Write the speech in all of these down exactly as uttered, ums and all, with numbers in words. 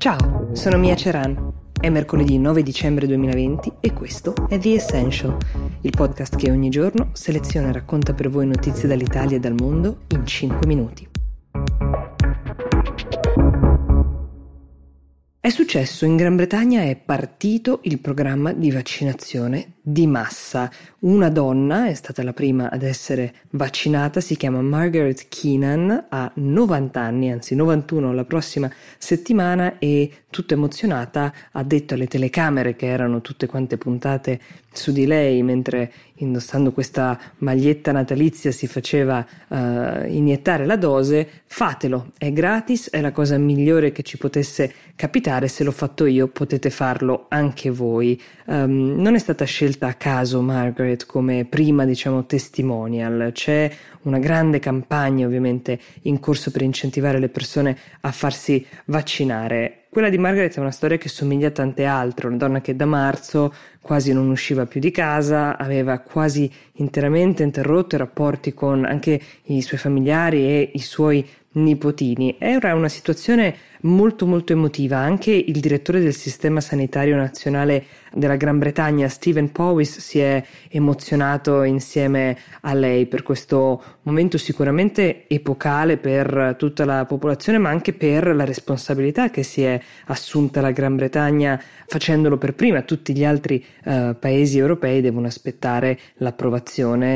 Ciao, sono Mia Ceran. È mercoledì nove dicembre duemilaventi e questo è The Essential, il podcast che ogni giorno seleziona e racconta per voi notizie dall'Italia e dal mondo in cinque minuti. È successo, in Gran Bretagna è partito il programma di vaccinazione di massa. Una donna è stata la prima ad essere vaccinata, si chiama Margaret Keenan, ha novanta anni, anzi novantuno la prossima settimana, e tutta emozionata ha detto alle telecamere che erano tutte quante puntate su di lei mentre indossando questa maglietta natalizia si faceva uh, iniettare la dose: fatelo, è gratis, è la cosa migliore che ci potesse capitare, se l'ho fatto io potete farlo anche voi. Um, non è stata scelta a caso Margaret come prima, diciamo, testimonial. C'è una grande campagna ovviamente in corso per incentivare le persone a farsi vaccinare. Quella di Margaret è una storia che somiglia a tante altre, una donna che da marzo quasi non usciva più di casa, aveva quasi interamente interrotto i rapporti con anche i suoi familiari e i suoi nipotini. Era una situazione molto molto emotiva. Anche il direttore del sistema sanitario nazionale della Gran Bretagna, Stephen Powis, si è emozionato insieme a lei per questo momento sicuramente epocale per tutta la popolazione, ma anche per la responsabilità che si è assunta la Gran Bretagna facendolo per prima. Tutti gli altri uh, paesi europei devono aspettare l'approvazione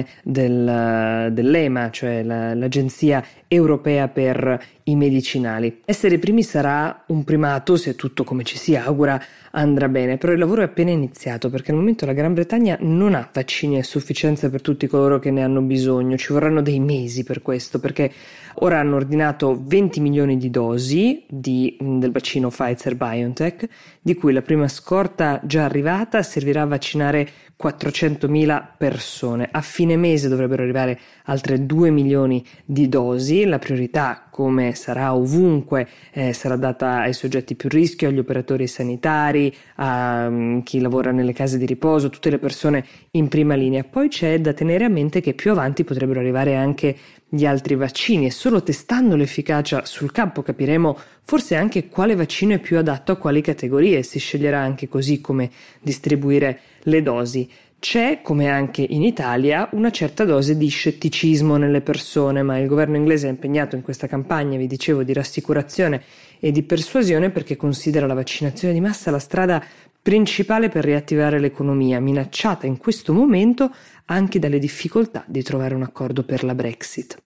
del, dell'E M A, cioè la, l'Agenzia Europea per i Medicinali. Essere i primi sarà un primato se tutto, come ci si augura, andrà bene, però il lavoro è appena iniziato, perché al momento la Gran Bretagna non ha vaccini a sufficienza per tutti coloro che ne hanno bisogno. Ci vorranno dei mesi per questo, perché ora hanno ordinato venti milioni di dosi di, del vaccino Pfizer-BioNTech, di cui la prima scorta già arrivata servirà a vaccinare quattrocentomila persone. A fine mese dovrebbero arrivare altre due milioni di dosi. La priorità, come sarà ovunque, eh, sarà data ai soggetti più a rischio, agli operatori sanitari, a um, chi lavora nelle case di riposo, tutte le persone in prima linea. Poi c'è da tenere a mente che più avanti potrebbero arrivare anche gli altri vaccini, e solo testando l'efficacia sul campo capiremo forse anche quale vaccino è più adatto a quali categorie. Si sceglierà anche così come distribuire le dosi. C'è, come anche in Italia, una certa dose di scetticismo nelle persone, ma il governo inglese è impegnato in questa campagna, vi dicevo, di rassicurazione e di persuasione, perché considera la vaccinazione di massa la strada principale per riattivare l'economia, minacciata in questo momento anche dalle difficoltà di trovare un accordo per la Brexit.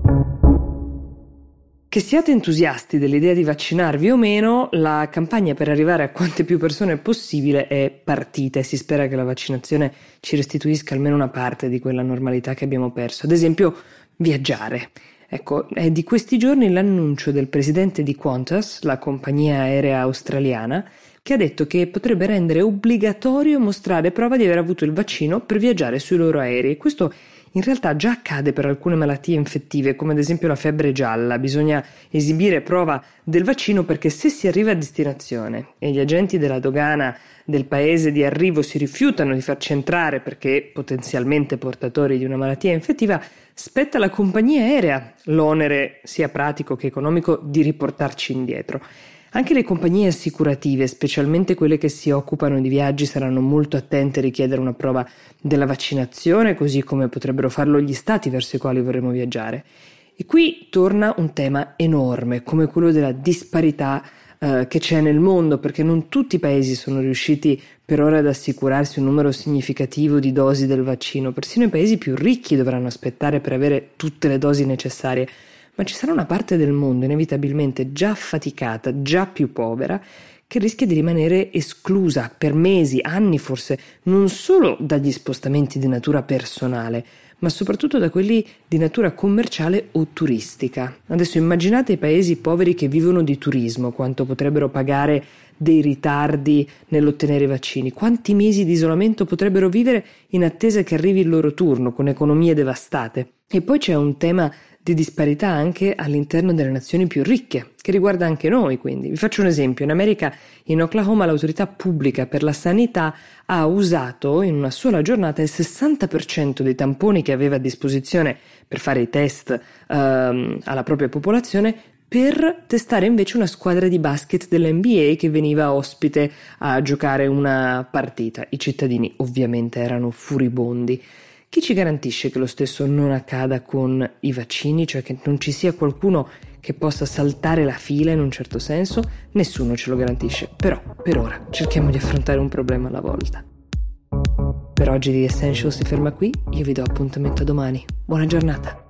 Che siate entusiasti dell'idea di vaccinarvi o meno, la campagna per arrivare a quante più persone possibile è partita e si spera che la vaccinazione ci restituisca almeno una parte di quella normalità che abbiamo perso. Ad esempio, viaggiare. Ecco, è di questi giorni l'annuncio del presidente di Qantas, la compagnia aerea australiana, che ha detto che potrebbe rendere obbligatorio mostrare prova di aver avuto il vaccino per viaggiare sui loro aerei. Questo in realtà già accade per alcune malattie infettive, come ad esempio la febbre gialla. Bisogna esibire prova del vaccino, perché se si arriva a destinazione e gli agenti della dogana del paese di arrivo si rifiutano di farci entrare perché potenzialmente portatori di una malattia infettiva, spetta alla compagnia aerea l'onere, sia pratico che economico, di riportarci indietro. Anche le compagnie assicurative, specialmente quelle che si occupano di viaggi, saranno molto attente a richiedere una prova della vaccinazione, così come potrebbero farlo gli stati verso i quali vorremmo viaggiare. E qui torna un tema enorme, come quello della disparità eh, che c'è nel mondo, perché non tutti i paesi sono riusciti per ora ad assicurarsi un numero significativo di dosi del vaccino. Persino i paesi più ricchi dovranno aspettare per avere tutte le dosi necessarie. Ma ci sarà una parte del mondo inevitabilmente già affaticata, già più povera, che rischia di rimanere esclusa per mesi, anni forse, non solo dagli spostamenti di natura personale, ma soprattutto da quelli di natura commerciale o turistica. Adesso immaginate i paesi poveri che vivono di turismo, quanto potrebbero pagare dei ritardi nell'ottenere i vaccini, quanti mesi di isolamento potrebbero vivere in attesa che arrivi il loro turno, con economie devastate. E poi c'è un tema di disparità anche all'interno delle nazioni più ricche, che riguarda anche noi. Quindi vi faccio un esempio: in America, in Oklahoma, l'autorità pubblica per la sanità ha usato in una sola giornata il sessanta per cento dei tamponi che aveva a disposizione per fare i test ehm, alla propria popolazione per testare invece una squadra di basket dell'N B A che veniva ospite a giocare una partita. I cittadini ovviamente erano furibondi. Chi ci garantisce che lo stesso non accada con i vaccini, cioè che non ci sia qualcuno che possa saltare la fila in un certo senso? Nessuno ce lo garantisce, però per ora cerchiamo di affrontare un problema alla volta. Per oggi The Essential si ferma qui, io vi do appuntamento a domani. Buona giornata!